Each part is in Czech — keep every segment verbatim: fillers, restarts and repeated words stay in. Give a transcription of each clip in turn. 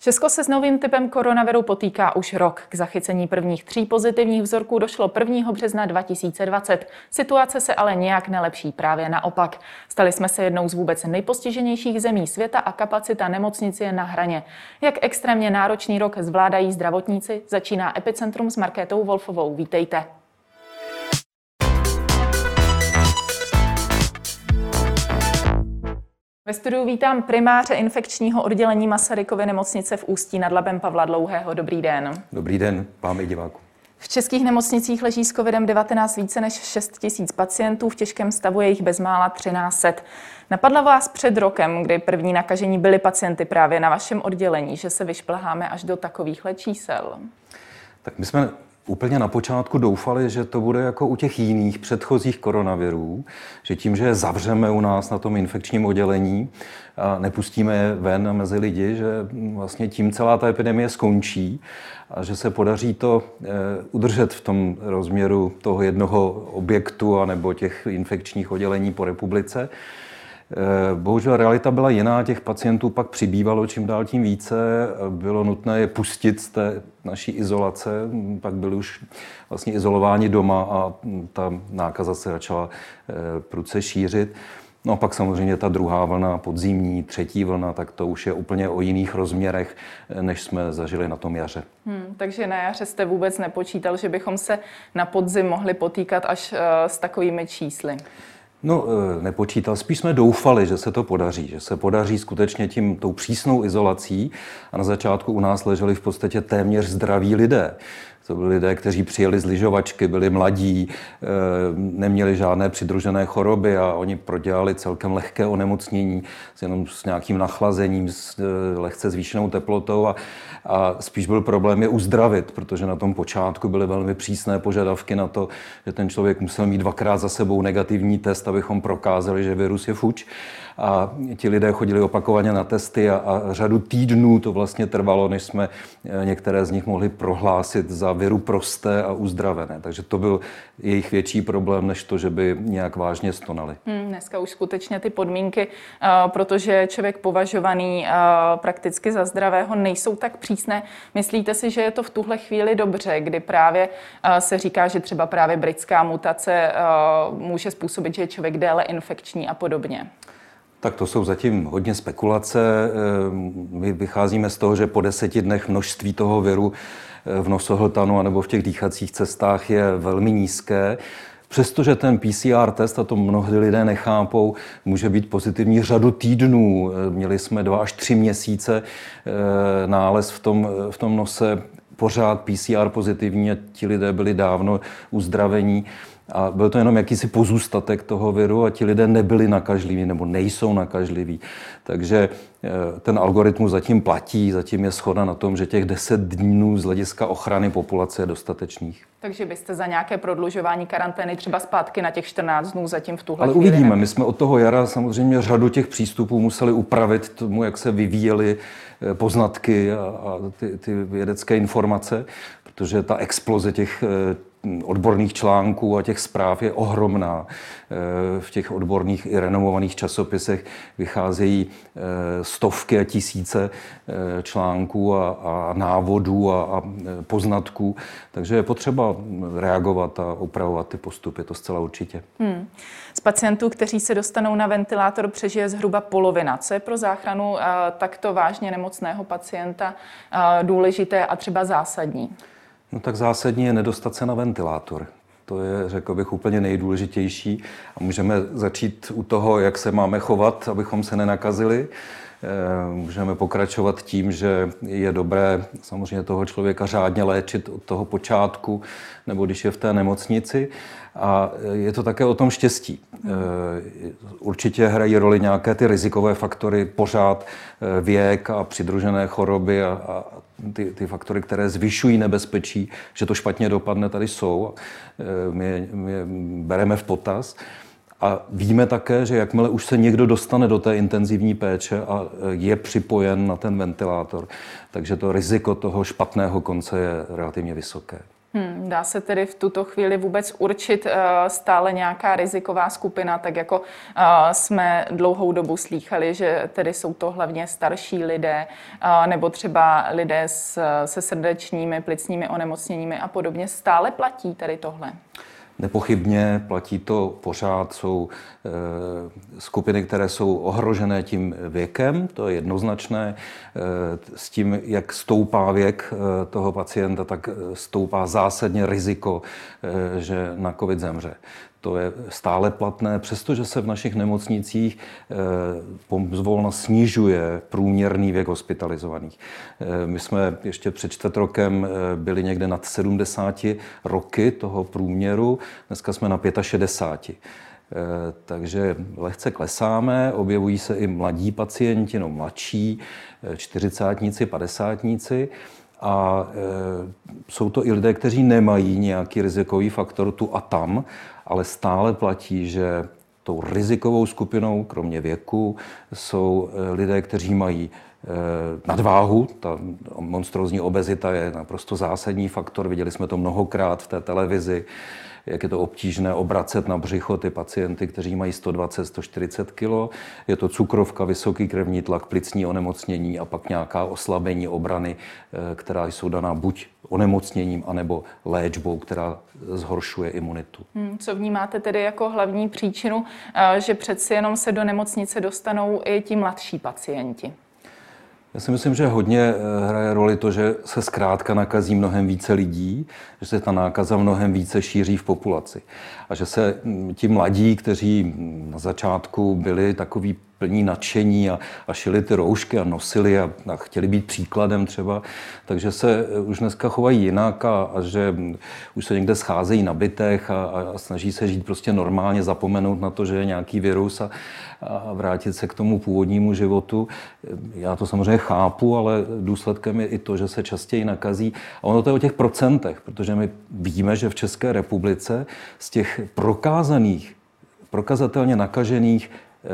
Česko se s novým typem koronaviru potýká už rok. K zachycení prvních tří pozitivních vzorků došlo prvního března dva tisíce dvacet. Situace se ale nějak nelepší, právě naopak. Stali jsme se jednou z vůbec nejpostiženějších zemí světa a kapacita nemocnic je na hraně. Jak extrémně náročný rok zvládají zdravotníci, začíná Epicentrum s Markétou Wolfovou. Vítejte. Ve studiu vítám primáře infekčního oddělení Masarykovy nemocnice v Ústí nad Labem Pavla Dlouhého. Dobrý den. Dobrý den, vám i diváků. V českých nemocnicích leží s covidem devatenáct více než šest tisíc pacientů, v těžkém stavu je jich bezmála třináct set. Napadla vás před rokem, kdy první nakažení byli pacienty právě na vašem oddělení, že se vyšplháme až do takovýchhle čísel? Tak my jsme úplně na počátku doufali, že to bude jako u těch jiných předchozích koronavirů, že tím, že je zavřeme u nás na tom infekčním oddělení a nepustíme je ven mezi lidi, že vlastně tím celá ta epidemie skončí a že se podaří to udržet v tom rozměru toho jednoho objektu anebo těch infekčních oddělení po republice. Bohužel realita byla jiná, těch pacientů pak přibývalo čím dál tím více, bylo nutné je pustit z té naší izolace, pak byli už vlastně izolováni doma a ta nákaza se začala prudce šířit. No a pak samozřejmě ta druhá vlna, podzimní, třetí vlna, tak to už je úplně o jiných rozměrech, než jsme zažili na tom jaře. Hmm, takže na jaře jste vůbec nepočítal, že bychom se na podzim mohli potýkat až s takovými čísly? No, nepočítal. Spíš jsme doufali, že se to podaří, že se podaří skutečně tím tou přísnou izolací a na začátku u nás leželi v podstatě téměř zdraví lidé. To byli lidé, kteří přijeli z lyžovačky, byli mladí, neměli žádné přidružené choroby a oni prodělali celkem lehké onemocnění, jenom s nějakým nachlazením, s lehce zvýšenou teplotou a, a spíš byl problém je uzdravit, protože na tom počátku byly velmi přísné požadavky na to, že ten člověk musel mít dvakrát za sebou negativní test, abychom prokázali, že virus je fuč. A ti lidé chodili opakovaně na testy a, a řadu týdnů to vlastně trvalo, než jsme některé z nich mohli prohlásit za viru prosté a uzdravené. Takže to byl jejich větší problém, než to, že by nějak vážně stonali. Hmm, dneska už skutečně ty podmínky, uh, protože člověk považovaný uh, prakticky za zdravého, nejsou tak přísné. Myslíte si, že je to v tuhle chvíli dobře, kdy právě uh, se říká, že třeba právě britská mutace uh, může způsobit, že je člověk déle infekční a podobně? Tak to jsou zatím hodně spekulace. My vycházíme z toho, že po deseti dnech množství toho viru v nosohltanu anebo v těch dýchacích cestách je velmi nízké. Přestože ten P C R test, a to mnohdy lidé nechápou, může být pozitivní řadu týdnů. Měli jsme dva až tři měsíce nález v tom, v tom nose, pořád P C R pozitivní a ti lidé byli dávno uzdravení. A byl to jenom jakýsi pozůstatek toho viru a ti lidé nebyli nakažliví nebo nejsou nakažliví. Takže ten algoritmus zatím platí, zatím je shoda na tom, že těch deset dnů z hlediska ochrany populace je dostatečných. Takže byste za nějaké prodlužování karantény třeba zpátky na těch čtrnáct dnů zatím v tuhle Ale chvíli uvidíme, nebyli. My jsme od toho jara samozřejmě řadu těch přístupů museli upravit tomu, jak se vyvíjely poznatky a, a ty, ty vědecké informace, protože ta exploze těch odborných článků a těch zpráv je ohromná. V těch odborných i renomovaných časopisech vycházejí stovky a tisíce článků a, a návodů a, a poznatků, takže je potřeba reagovat a upravovat ty postupy, to zcela určitě. Hmm. Z pacientů, kteří se dostanou na ventilátor, přežije zhruba polovina. Co je pro záchranu uh, takto vážně nemocného pacienta uh, důležité a třeba zásadní? No tak zásadní je nedostat se na ventilátor. To je, řekl bych, úplně nejdůležitější. A můžeme začít u toho, jak se máme chovat, abychom se nenakazili. Můžeme pokračovat tím, že je dobré samozřejmě toho člověka řádně léčit od toho počátku, nebo když je v té nemocnici. A je to také o tom štěstí. Určitě hrají roli nějaké ty rizikové faktory, pořád věk a přidružené choroby a, a ty, ty faktory, které zvyšují nebezpečí, že to špatně dopadne, tady jsou. My, my je bereme v potaz. A víme také, že jakmile už se někdo dostane do té intenzivní péče a je připojen na ten ventilátor, takže to riziko toho špatného konce je relativně vysoké. Hmm, dá se tedy v tuto chvíli vůbec určit uh, stále nějaká riziková skupina, tak jako uh, jsme dlouhou dobu slýchali, že tedy jsou to hlavně starší lidé uh, nebo třeba lidé s, se srdečními, plicními onemocněními a podobně. Stále platí tady tohle? Nepochybně platí to pořád, jsou e, skupiny, které jsou ohrožené tím věkem, to je jednoznačné. E, s tím, jak stoupá věk e, toho pacienta, tak stoupá zásadně riziko, e, že na covid zemře. To je stále platné, přestože se v našich nemocnicích pozvolna snižuje průměrný věk hospitalizovaných. My jsme ještě před čtvrt rokem byli někde nad sedmdesáti roky toho průměru, dneska jsme na šedesáti pěti. Takže lehce klesáme, objevují se i mladí pacienti, no mladší, čtyřicátníci, padesátníci. A e, jsou to i lidé, kteří nemají nějaký rizikový faktor tu a tam, ale stále platí, že tou rizikovou skupinou, kromě věku, jsou lidé, kteří mají e, nadváhu. Ta monstrózní obezita je naprosto zásadní faktor, viděli jsme to mnohokrát v té televizi, jak je to obtížné obracet na břicho ty pacienty, kteří mají sto dvacet, sto čtyřicet kilo. Je to cukrovka, vysoký krevní tlak, plicní onemocnění a pak nějaká oslabení obrany, která jsou daná buď onemocněním, anebo léčbou, která zhoršuje imunitu. Hmm, co vnímáte tedy jako hlavní příčinu, že přeci jenom se do nemocnice dostanou i ti mladší pacienti? Já si myslím, že hodně hraje roli to, že se zkrátka nakazí mnohem více lidí, že se ta nákaza mnohem více šíří v populaci. A že se ti mladí, kteří na začátku byli takový plní nadšení a, a šili ty roušky a nosili a, a chtěli být příkladem třeba, takže se už dneska chovají jinak a, a že už se někde scházejí na bytech a, a snaží se žít prostě normálně, zapomenout na to, že je nějaký virus a, a vrátit se k tomu původnímu životu. Já to samozřejmě chápu, ale důsledkem je i to, že se častěji nakazí. A ono to je o těch procentech, protože my víme, že v České republice z těch prokázaných, prokazatelně nakažených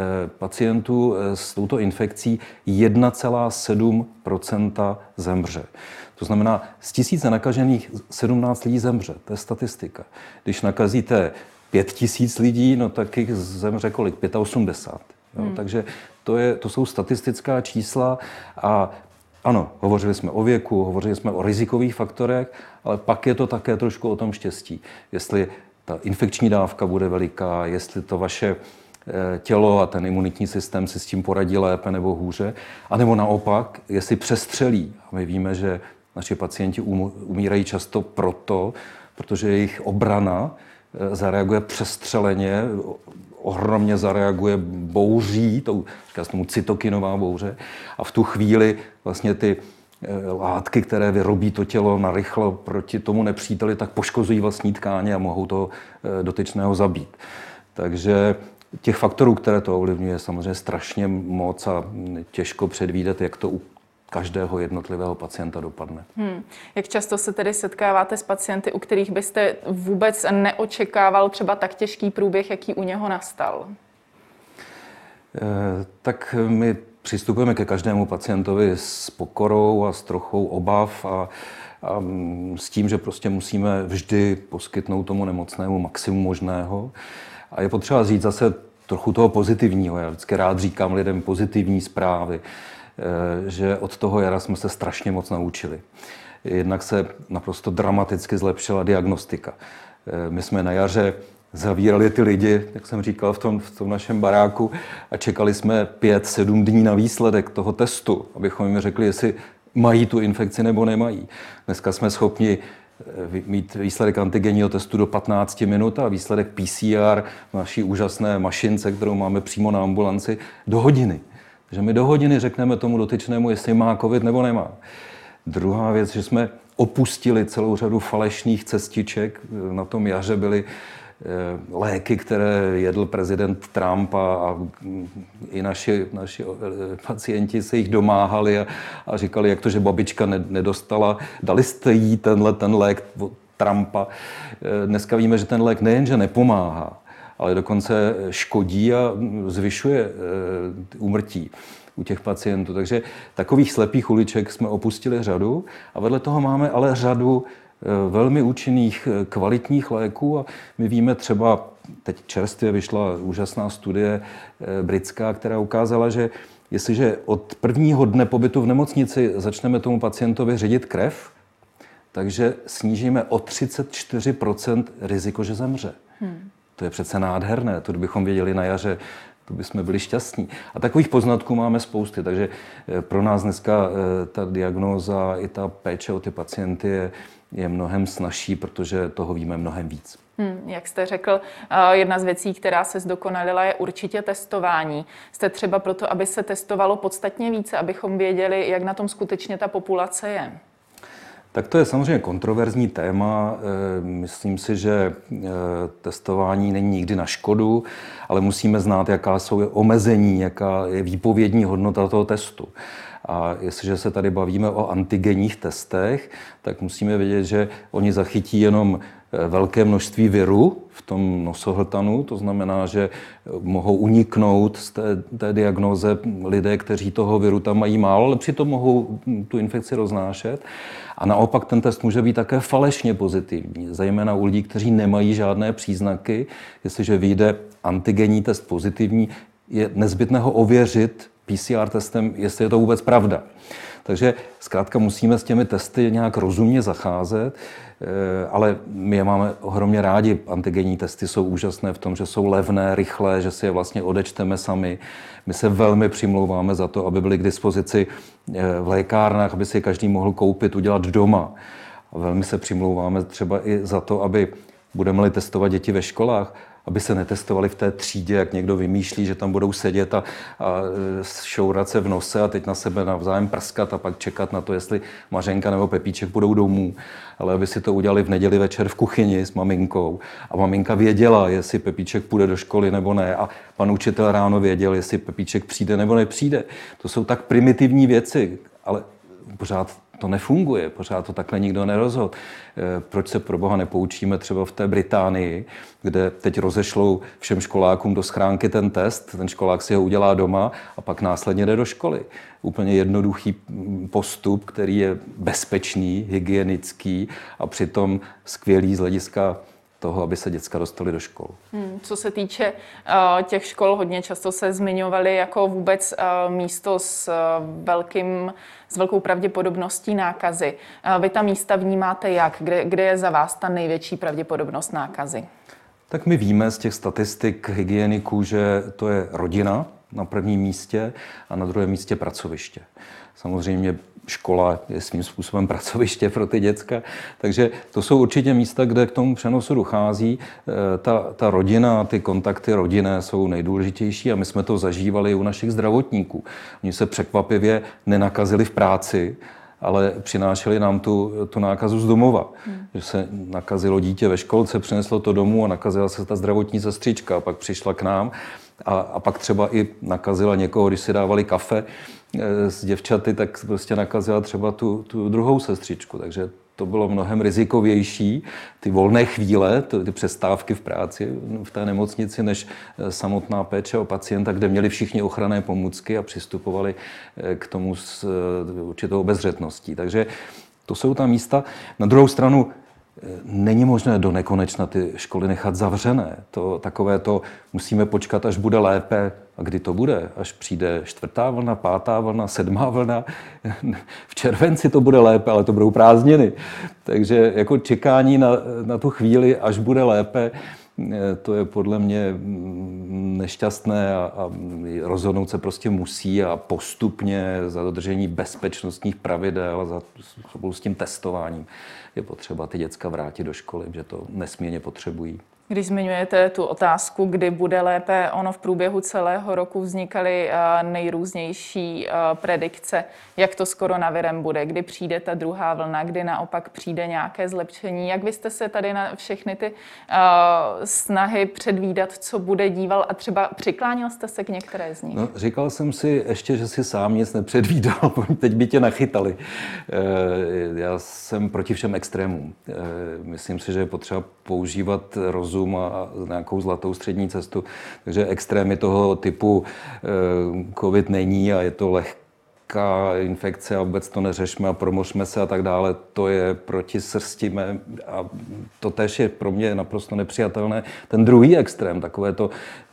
pacientů s touto infekcí jedna celá sedm procenta zemře. To znamená, z tisíce nakažených sedmnáct lidí zemře. To je statistika. Když nakazíte pět tisíc lidí, no tak jich zemře kolik? osmdesát pět. Hmm. Takže to, je, to jsou statistická čísla a ano, hovořili jsme o věku, hovořili jsme o rizikových faktorech, ale pak je to také trošku o tom štěstí. Jestli ta infekční dávka bude veliká, jestli to vaše tělo a ten imunitní systém si s tím poradí lépe nebo hůře, anebo naopak, jestli přestřelí. A my víme, že naši pacienti umírají často proto, protože jejich obrana zareaguje přestřeleně, ohromně zareaguje bouří, tou, říká se tomu cytokinová bouře, a v tu chvíli vlastně ty látky, které vyrobí to tělo narychlo proti tomu nepříteli, tak poškozují vlastní tkáně a mohou toho dotyčného zabít. Takže těch faktorů, které to ovlivňuje, je samozřejmě strašně moc a těžko předvídat, jak to u každého jednotlivého pacienta dopadne. Hmm. Jak často se tedy setkáváte s pacienty, u kterých byste vůbec neočekával třeba tak těžký průběh, jaký u něho nastal? E, tak my přistupujeme ke každému pacientovi s pokorou a s trochou obav a, a s tím, že prostě musíme vždy poskytnout tomu nemocnému maximum možného. A je potřeba říct zase trochu toho pozitivního. Já vždycky rád říkám lidem pozitivní zprávy, že od toho jara jsme se strašně moc naučili. Jednak se naprosto dramaticky zlepšila diagnostika. My jsme na jaře zavírali ty lidi, jak jsem říkal, v tom, v tom našem baráku a čekali jsme pět, sedm dní na výsledek toho testu, abychom jim řekli, jestli mají tu infekci nebo nemají. Dneska jsme schopni mít výsledek antigenního testu do patnácti minut a výsledek P C R v naší úžasné mašince, kterou máme přímo na ambulanci, do hodiny. Takže my do hodiny řekneme tomu dotyčnému, jestli má covid nebo nemá. Druhá věc, že jsme opustili celou řadu falešných cestiček. Na tom jaře byly léky, které jedl prezident Trump a, a i naši, naši pacienti se jich domáhali a, a říkali, jak to, že babička nedostala. Dali jste jí tenhle ten lék od Trumpa. Dneska víme, že ten lék nejenže nepomáhá, ale dokonce škodí a zvyšuje úmrtí u těch pacientů. Takže takových slepých uliček jsme opustili řadu a vedle toho máme ale řadu velmi účinných, kvalitních léků a my víme třeba, teď čerstvě vyšla úžasná studie britská, která ukázala, že jestliže od prvního dne pobytu v nemocnici začneme tomu pacientovi ředit krev, takže snížíme o třicet čtyři procent riziko, že zemře. Hmm. To je přece nádherné, to kdybychom věděli na jaře, to bychom byli šťastní. A takových poznatků máme spousty, takže pro nás dneska ta diagnóza i ta péče o ty pacienty je, je mnohem snazší, protože toho víme mnohem víc. Hmm, jak jste řekl, jedna z věcí, která se zdokonalila, je určitě testování. Jste třeba proto, aby se testovalo podstatně více, abychom věděli, jak na tom skutečně ta populace je? Tak to je samozřejmě kontroverzní téma. Myslím si, že testování není nikdy na škodu, ale musíme znát, jaká jsou omezení, jaká je výpovědní hodnota toho testu. A jestliže se tady bavíme o antigenních testech, tak musíme vědět, že oni zachytí jenom velké množství viru v tom nosohltanu, to znamená, že mohou uniknout z té, té diagnóze lidé, kteří toho viru tam mají málo, ale přitom mohou tu infekci roznášet. A naopak ten test může být také falešně pozitivní, zejména u lidí, kteří nemají žádné příznaky. Jestliže vyjde antigenní test pozitivní, je nezbytné ho ověřit P C R testem, jestli je to vůbec pravda. Takže zkrátka musíme s těmi testy nějak rozumně zacházet, ale my je máme ohromně rádi. Antigenní testy jsou úžasné v tom, že jsou levné, rychlé, že si je vlastně odečteme sami. My se velmi přimlouváme za to, aby byly k dispozici v lékárnách, aby si je každý mohl koupit, udělat doma. A velmi se přimlouváme třeba i za to, aby budeme-li testovat děti ve školách, aby se netestovali v té třídě, jak někdo vymýšlí, že tam budou sedět a, a šourat se v nose a teď na sebe navzájem prskat a pak čekat na to, jestli Mařenka nebo Pepíček budou domů. Ale aby si to udělali v neděli večer v kuchyni s maminkou a maminka věděla, jestli Pepíček půjde do školy nebo ne a pan učitel ráno věděl, jestli Pepíček přijde nebo nepřijde. To jsou tak primitivní věci, ale pořád to nefunguje, pořád to takhle nikdo nerozhodl. Proč se pro boha nepoučíme třeba v té Británii, kde teď rozešlou všem školákům do schránky ten test, ten školák si ho udělá doma a pak následně jde do školy. Úplně jednoduchý postup, který je bezpečný, hygienický a přitom skvělý z hlediska toho, aby se děcka dostali do škol. Hmm, co se týče uh, těch škol, hodně často se zmiňovaly jako vůbec uh, místo s uh, velkým, s velkou pravděpodobností nákazy. Uh, vy ta místa vnímáte jak? Kde, kde je za vás ta největší pravděpodobnost nákazy? Tak my víme z těch statistik hygieniků, že to je rodina na prvním místě a na druhém místě pracoviště. Samozřejmě škola je svým způsobem pracoviště pro ty děcka, takže to jsou určitě místa, kde k tomu přenosu dochází. Ta, ta rodina, ty kontakty rodinné jsou nejdůležitější a my jsme to zažívali u našich zdravotníků. Oni se překvapivě nenakazili v práci, ale přinášeli nám tu, tu nákazu z domova. Hmm. Že se nakazilo dítě ve školce, přineslo to domů a nakazila se ta zdravotní sestřička a pak přišla k nám a, a pak třeba i nakazila někoho, když si dávali kafe s děvčaty, tak prostě nakazila třeba tu, tu druhou sestřičku. Takže to bylo mnohem rizikovější, ty volné chvíle, ty přestávky v práci v té nemocnici, než samotná péče o pacienta, kde měli všichni ochranné pomůcky a přistupovali k tomu s určitou obezřetností. Takže to jsou ta místa. Na druhou stranu není možné do nekonečna ty školy nechat zavřené. To, takové to musíme počkat, až bude lépe. A kdy to bude? Až přijde čtvrtá vlna, pátá vlna, sedmá vlna. V červenci to bude lépe, ale to budou prázdniny. Takže jako čekání na, na tu chvíli, až bude lépe, to je podle mě nešťastné a, a rozhodnout se prostě musí a postupně za dodržení bezpečnostních pravidel a za, spolu s tím testováním je potřeba ty děcka vrátit do školy, že to nesmírně potřebují. Když zmiňujete tu otázku, kdy bude lépe, ono v průběhu celého roku vznikaly nejrůznější predikce, jak to s koronavirem bude, kdy přijde ta druhá vlna, kdy naopak přijde nějaké zlepšení. Jak vy jste se tady na všechny ty uh, snahy předvídat, co bude díval a třeba přiklánil jste se k některé z nich? No, říkal jsem si ještě, že si sám nic nepředvídal, teď by tě nachytali. Já jsem proti všem extrémům. Myslím si, že je potřeba používat rozum a nějakou zlatou střední cestu. Takže extrémy toho typu COVID není a je to leh, lehká infekce a vůbec to neřešme a promořme se a tak dále, to je proti srsti mé a to též je pro mě naprosto nepřijatelné. Ten druhý extrém, takové to,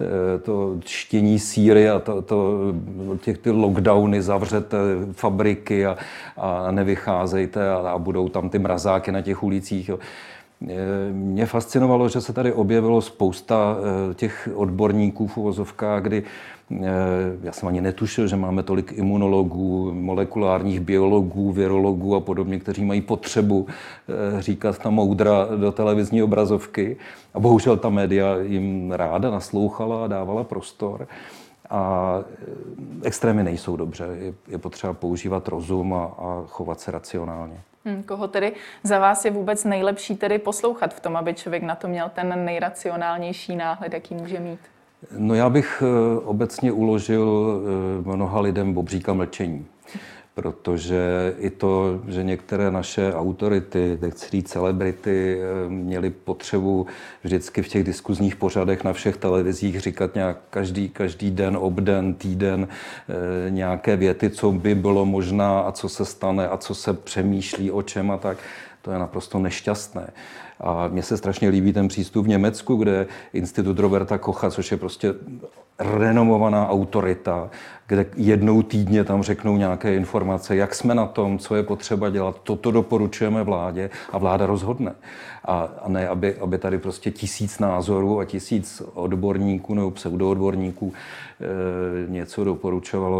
to čtění síry a to, to, těch ty lockdowny, zavřete fabriky a, a nevycházejte a, a budou tam ty mrazáky na těch ulicích. Jo. Mě fascinovalo, že se tady objevilo spousta těch odborníků v uvozovkách, kdy já jsem ani netušil, že máme tolik imunologů, molekulárních biologů, virologů a podobně, kteří mají potřebu říkat ta moudra do televizní obrazovky. A bohužel ta média jim ráda naslouchala a dávala prostor. A extrémy nejsou dobře. Je potřeba používat rozum a, a chovat se racionálně. Hmm, koho tedy za vás je vůbec nejlepší tedy poslouchat v tom, aby člověk na to měl ten nejracionálnější náhled, jaký může mít? No já bych obecně uložil mnoha lidem bobříka mlčení, protože i to, že některé naše autority, nechci říct celebrity, měly potřebu vždycky v těch diskuzních pořadech na všech televizích říkat nějak každý, každý den, obden, týden nějaké věty, co by bylo možná a co se stane a co se přemýšlí o čem a tak. To je naprosto nešťastné. A mně se strašně líbí ten přístup v Německu, kde Institut Roberta Kocha, což je prostě renomovaná autorita, kde jednou týdně tam řeknou nějaké informace, jak jsme na tom, co je potřeba dělat, toto doporučujeme vládě a vláda rozhodne. A, a ne, aby, aby tady prostě tisíc názorů a tisíc odborníků nebo pseudoodborníků e, něco doporučovalo.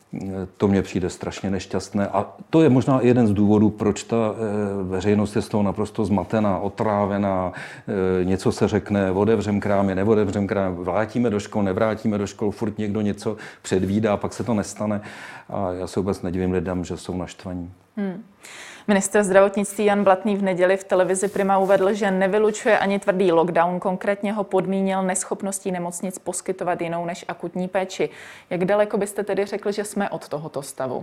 To mně přijde strašně nešťastné a to je možná jeden z důvodů, proč ta veřejnost je z toho naprosto zmatená, otrávená, něco se řekne, otevřem krámy, neotevřem krámy, vrátíme do škol, nevrátíme do škol, furt někdo něco předvídá, pak se to nestane a já se vůbec nedivím lidem, že jsou naštvaní. Hmm. Ministr zdravotnictví Jan Blatný v neděli v televizi Prima uvedl, že nevylučuje ani tvrdý lockdown, konkrétně ho podmínil neschopností nemocnic poskytovat jinou než akutní péči. Jak daleko byste tedy řekl, že jsme od tohoto stavu?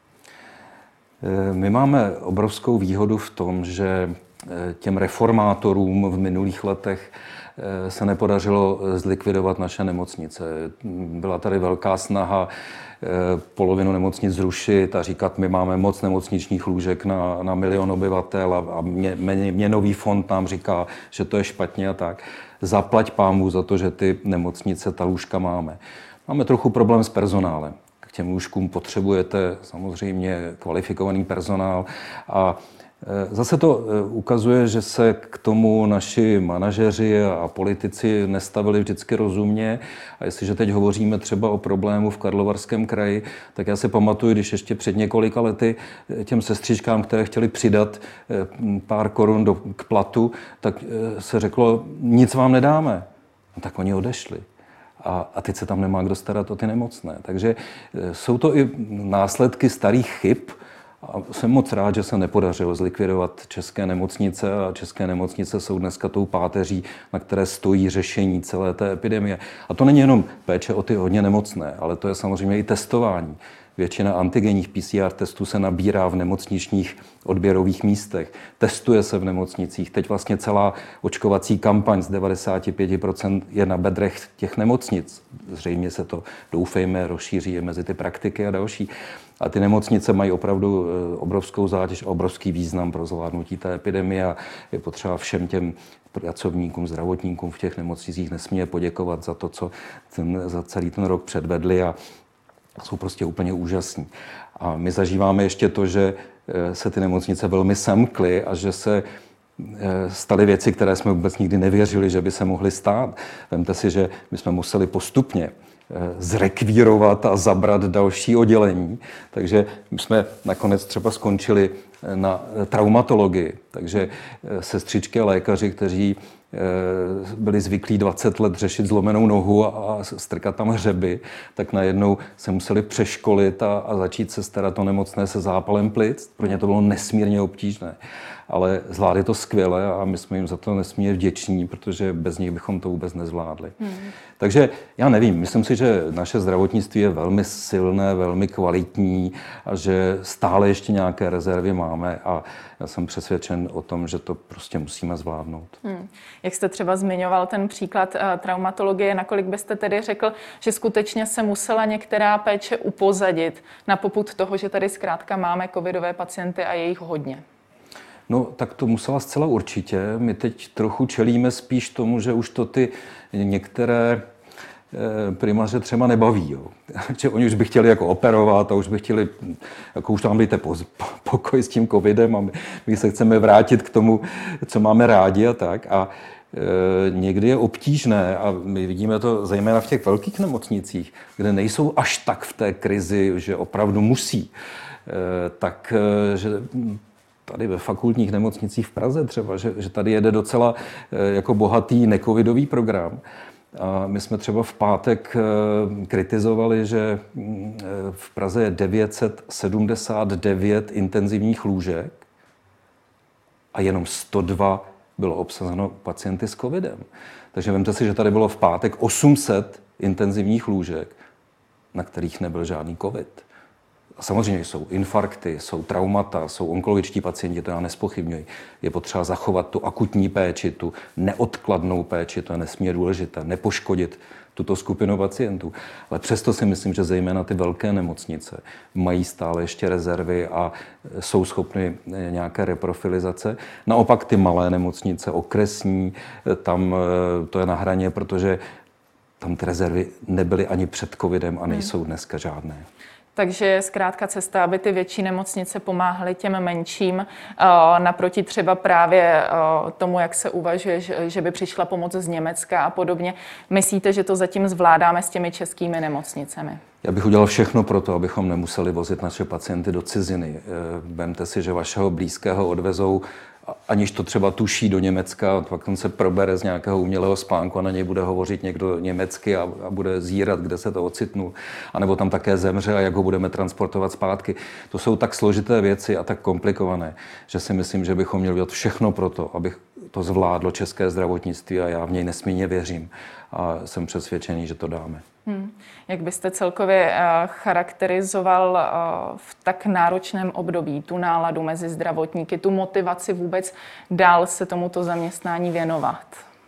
My máme obrovskou výhodu v tom, že těm reformátorům v minulých letech se nepodařilo zlikvidovat naše nemocnice. Byla tady velká snaha polovinu nemocnic zrušit a říkat, my máme moc nemocničních lůžek na, na milion obyvatel a, a mě, mě, měnový fond nám říká, že to je špatně a tak. Zaplať pánbůh za to, že ty nemocnice, ta lůžka máme. Máme trochu problém s personálem. K těm lůžkům potřebujete samozřejmě kvalifikovaný personál a zase to ukazuje, že se k tomu naši manažeři a politici nestavili vždycky rozumně. A jestliže teď hovoříme třeba o problému v Karlovarském kraji, tak já si pamatuju, když ještě před několika lety těm sestřičkám, které chtěli přidat pár korun do, k platu, tak se řeklo, nic vám nedáme. No, tak oni odešli. A, a teď se tam nemá kdo starat o ty nemocné. Takže jsou to i následky starých chyb. A jsem moc rád, že se nepodařilo zlikvidovat české nemocnice a české nemocnice jsou dneska tou páteří, na které stojí řešení celé té epidemie. A to není jenom péče o ty hodně nemocné, ale to je samozřejmě i testování. Většina antigenních P C R testů se nabírá v nemocničních odběrových místech. Testuje se v nemocnicích. Teď vlastně celá očkovací kampaň z devadesát pět procent je na bedrech těch nemocnic. Zřejmě se to, doufejme, rozšíří mezi ty praktiky a další. A ty nemocnice mají opravdu obrovskou zátěž a obrovský význam pro zvládnutí té epidemie a je potřeba všem těm pracovníkům, zdravotníkům v těch nemocnicích nesmírně poděkovat za to, co ten, za celý ten rok předvedli a jsou prostě úplně úžasní. A my zažíváme ještě to, že se ty nemocnice velmi semkly a že se staly věci, které jsme vůbec nikdy nevěřili, že by se mohly stát. Vemte si, že my jsme museli postupně zrekvírovat a zabrat další oddělení. Takže my jsme nakonec třeba skončili na traumatologii. Takže sestřičky a lékaři, kteří byli zvyklí dvacet let řešit zlomenou nohu a strkat tam hřeby, tak najednou se museli přeškolit a, a začít se starat o nemocné se zápalem plic. Pro ně to bylo nesmírně obtížné. ale zvládli to skvěle a my jsme jim za to nesmírně vděční, protože bez nich bychom to vůbec nezvládli. Hmm. Takže já nevím, myslím si, že naše zdravotnictví je velmi silné, velmi kvalitní a že stále ještě nějaké rezervy máme a já jsem přesvědčen o tom, že to prostě musíme zvládnout. Hmm. Jak jste třeba zmiňoval ten příklad uh, traumatologie, nakolik byste tedy řekl, že skutečně se musela některá péče upozadit na popud toho, že tady zkrátka máme covidové pacienty a je jich hodně? No, tak to musela zcela určitě. My teď trochu čelíme spíš tomu, že už to ty některé primáře třeba nebaví. Jo. Že oni už by chtěli jako operovat a už by chtěli, jako už tam dejte pokoj s tím covidem a my, my se chceme vrátit k tomu, co máme rádi a tak. A e, někdy je obtížné a my vidíme to zejména v těch velkých nemocnicích, kde nejsou až tak v té krizi, že opravdu musí. E, tak, e, že tady ve fakultních nemocnicích v Praze třeba, že, že tady jede docela e, jako bohatý necovidový program. A my jsme třeba v pátek kritizovali, že v Praze je devět set sedmdesát devět intenzivních lůžek a jenom sto dva bylo obsazeno pacienty s covidem. Takže vemte si, že tady bylo v pátek osm set intenzivních lůžek, na kterých nebyl žádný covid. A samozřejmě jsou infarkty, jsou traumata, jsou onkologičtí pacienti, to já nezpochybňuji. Je potřeba zachovat tu akutní péči, tu neodkladnou péči, to je nesmírně důležité, nepoškodit tuto skupinu pacientů. Ale přesto si myslím, že zejména ty velké nemocnice mají stále ještě rezervy a jsou schopny nějaké reprofilizace. Naopak ty malé nemocnice, okresní, tam to je na hraně, protože tam ty rezervy nebyly ani před covidem a nejsou dneska žádné. Takže je zkrátka cesta, aby ty větší nemocnice pomáhaly těm menším, naproti třeba právě tomu, jak se uvažuje, že by přišla pomoc z Německa a podobně. Myslíte, že to zatím zvládáme s těmi českými nemocnicemi? Já bych udělal všechno pro to, abychom nemuseli vozit naše pacienty do ciziny. Vemte si, že vašeho blízkého odvezou, aniž to třeba tuší, do Německa, pak on se probere z nějakého umělého spánku a na něj bude hovořit někdo německy a, a bude zírat, kde se to ocitnul. A nebo tam také zemře a jak ho budeme transportovat zpátky. To jsou tak složité věci a tak komplikované, že si myslím, že bychom měli dělat všechno pro to, aby to zvládlo české zdravotnictví a já v něj nesmírně věřím. A jsem přesvědčený, že to dáme. Hmm. Jak byste celkově uh, charakterizoval uh, v tak náročném období tu náladu mezi zdravotníky, tu motivaci vůbec dál se tomuto zaměstnání věnovat?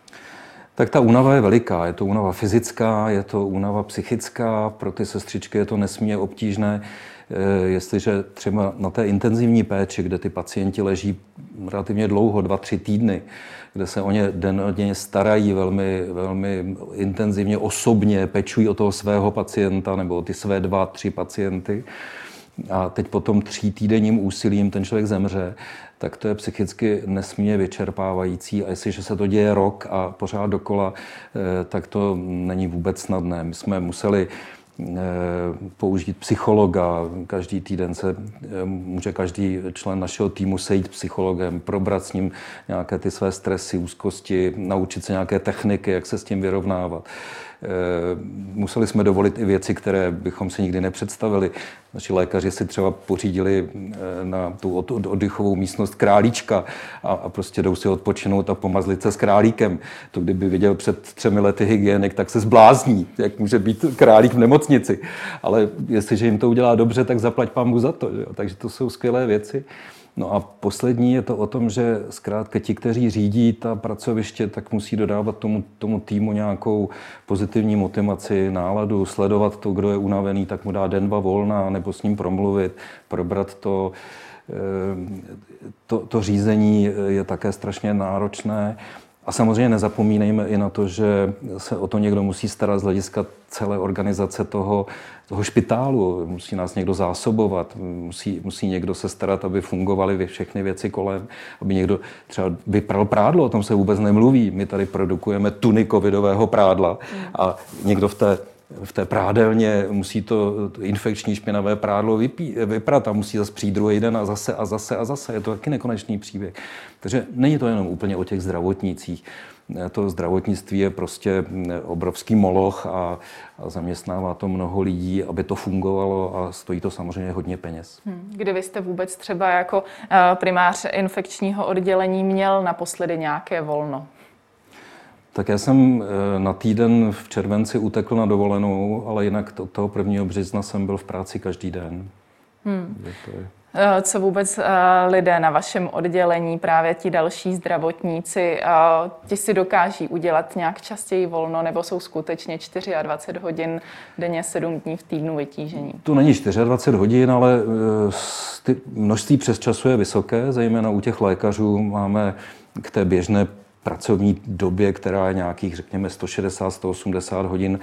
Tak ta únava je veliká. Je to únava fyzická, je to únava psychická. Pro ty sestřičky je to nesmírně obtížné. Jestliže třeba na té intenzivní péči, kde ty pacienti leží relativně dlouho, dva, tři týdny, kde se o ně denně starají velmi, velmi intenzivně, osobně, pečují o toho svého pacienta nebo o ty své dva, tři pacienty, a teď po tom tří týdenním úsilím ten člověk zemře, tak to je psychicky nesmírně vyčerpávající. A jestliže se to děje rok a pořád dokola, tak to není vůbec snadné. My jsme museli použít psychologa. Každý týden se může každý člen našeho týmu sejít psychologem, probrat s ním nějaké ty své stresy, úzkosti, naučit se nějaké techniky, jak se s tím vyrovnávat. Museli jsme dovolit i věci, které bychom si nikdy nepředstavili. Naši lékaři si třeba pořídili na tu oddychovou místnost králíčka a, a prostě jdou si odpočinout a pomazlit se s králíkem. To kdyby viděl před třemi lety hygienik, tak se zblázní, jak může být králík v nemocnici. Ale jestliže jim to udělá dobře, tak zaplať pánbůh za to. Že? Takže to jsou skvělé věci. No a poslední je to o tom, že zkrátka ti, kteří řídí ta pracoviště, tak musí dodávat tomu, tomu týmu nějakou pozitivní motivaci, náladu, sledovat to, kdo je unavený, tak mu dá den, dva volna, nebo s ním promluvit, probrat to. To, to řízení je také strašně náročné. A samozřejmě nezapomínejme i na to, že se o to někdo musí starat z hlediska celé organizace toho, toho špitálu. Musí nás někdo zásobovat, musí, musí někdo se starat, aby fungovaly všechny věci kolem, aby někdo třeba vypral prádlo, o tom se vůbec nemluví. My tady produkujeme tuny covidového prádla a někdo v té v té prádelně, musí to infekční špinavé prádlo vypí, vyprat a musí zase přijít druhý den a zase a zase a zase. Je to taky nekonečný příběh. Takže není to jenom úplně o těch zdravotnících. To zdravotnictví je prostě obrovský moloch a, a zaměstnává to mnoho lidí, aby to fungovalo a stojí to samozřejmě hodně peněz. Kdy vy jste vůbec třeba jako primář infekčního oddělení měl naposledy nějaké volno? Tak já jsem na týden v červenci utekl na dovolenou, ale jinak od toho prvního března jsem byl v práci každý den. Hmm. Co vůbec lidé na vašem oddělení, právě ti další zdravotníci, ti si dokáží udělat nějak častěji volno, nebo jsou skutečně dvacet čtyři hodin denně, sedm dní v týdnu vytížení? To není dvacet čtyři hodin, ale množství přesčasu je vysoké, zejména u těch lékařů máme k té běžné pracovní době, která je nějakých, řekněme, sto šedesát až sto osmdesát hodin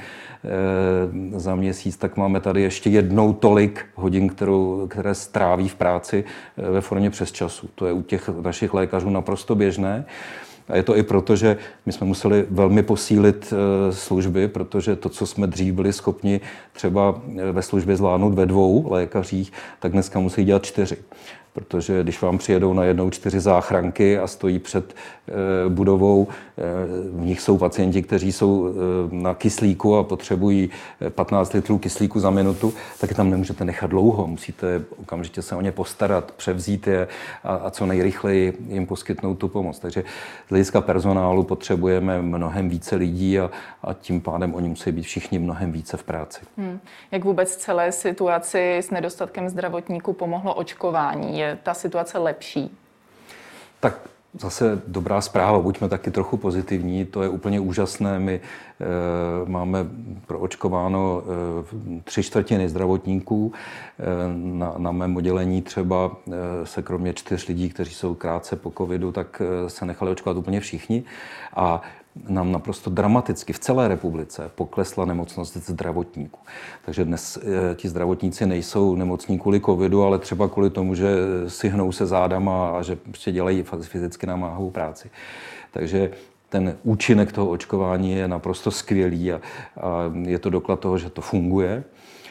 e, za měsíc, tak máme tady ještě jednou tolik hodin, kterou, které stráví v práci e, ve formě přesčasu. To je u těch našich lékařů naprosto běžné. A je to i proto, že my jsme museli velmi posílit e, služby, protože to, co jsme dřív byli schopni třeba ve službě zvládnout ve dvou lékařích, tak dneska musí dělat čtyři. Protože když vám přijedou najednou čtyři záchranky a stojí před e, budovou, e, v nich jsou pacienti, kteří jsou e, na kyslíku a potřebují patnáct litrů kyslíku za minutu, tak je tam nemůžete nechat dlouho. Musíte okamžitě se o ně postarat, převzít je a, a co nejrychleji jim poskytnout tu pomoc. Takže z hlediska personálu potřebujeme mnohem více lidí a, a tím pádem oni musí být všichni mnohem více v práci. Hmm. Jak vůbec celé situaci s nedostatkem zdravotníků pomohlo očkování? Je ta situace lepší? Tak zase dobrá zpráva, buďme taky trochu pozitivní, to je úplně úžasné. My e, máme proočkováno e, tři čtvrtiny zdravotníků. E, na, na mém oddělení třeba e, se kromě čtyř lidí, kteří jsou krátce po covidu, tak e, se nechali očkovat úplně všichni. A nám naprosto dramaticky v celé republice poklesla nemocnost zdravotníků. Takže dnes e, ti zdravotníci nejsou nemocní kvůli covidu, ale třeba kvůli tomu, že si hnou se zádama a že prostě dělají fyzicky namáhavou práci. Takže ten účinek toho očkování je naprosto skvělý a, a je to doklad toho, že to funguje.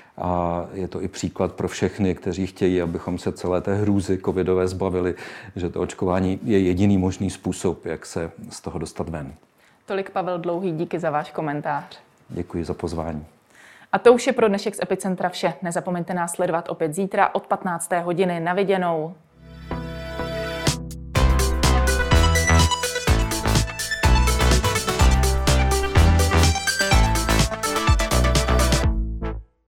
A je to i příklad pro všechny, kteří chtějí, abychom se celé té hrůzy covidové zbavili, že to očkování je jediný možný způsob, jak se z toho dostat ven. Tolik Pavel Dlouhý, díky za váš komentář. Děkuji za pozvání. A to už je pro dnešek z Epicentra vše. Nezapomeňte nás sledovat opět zítra od patnácté hodiny. Na viděnou.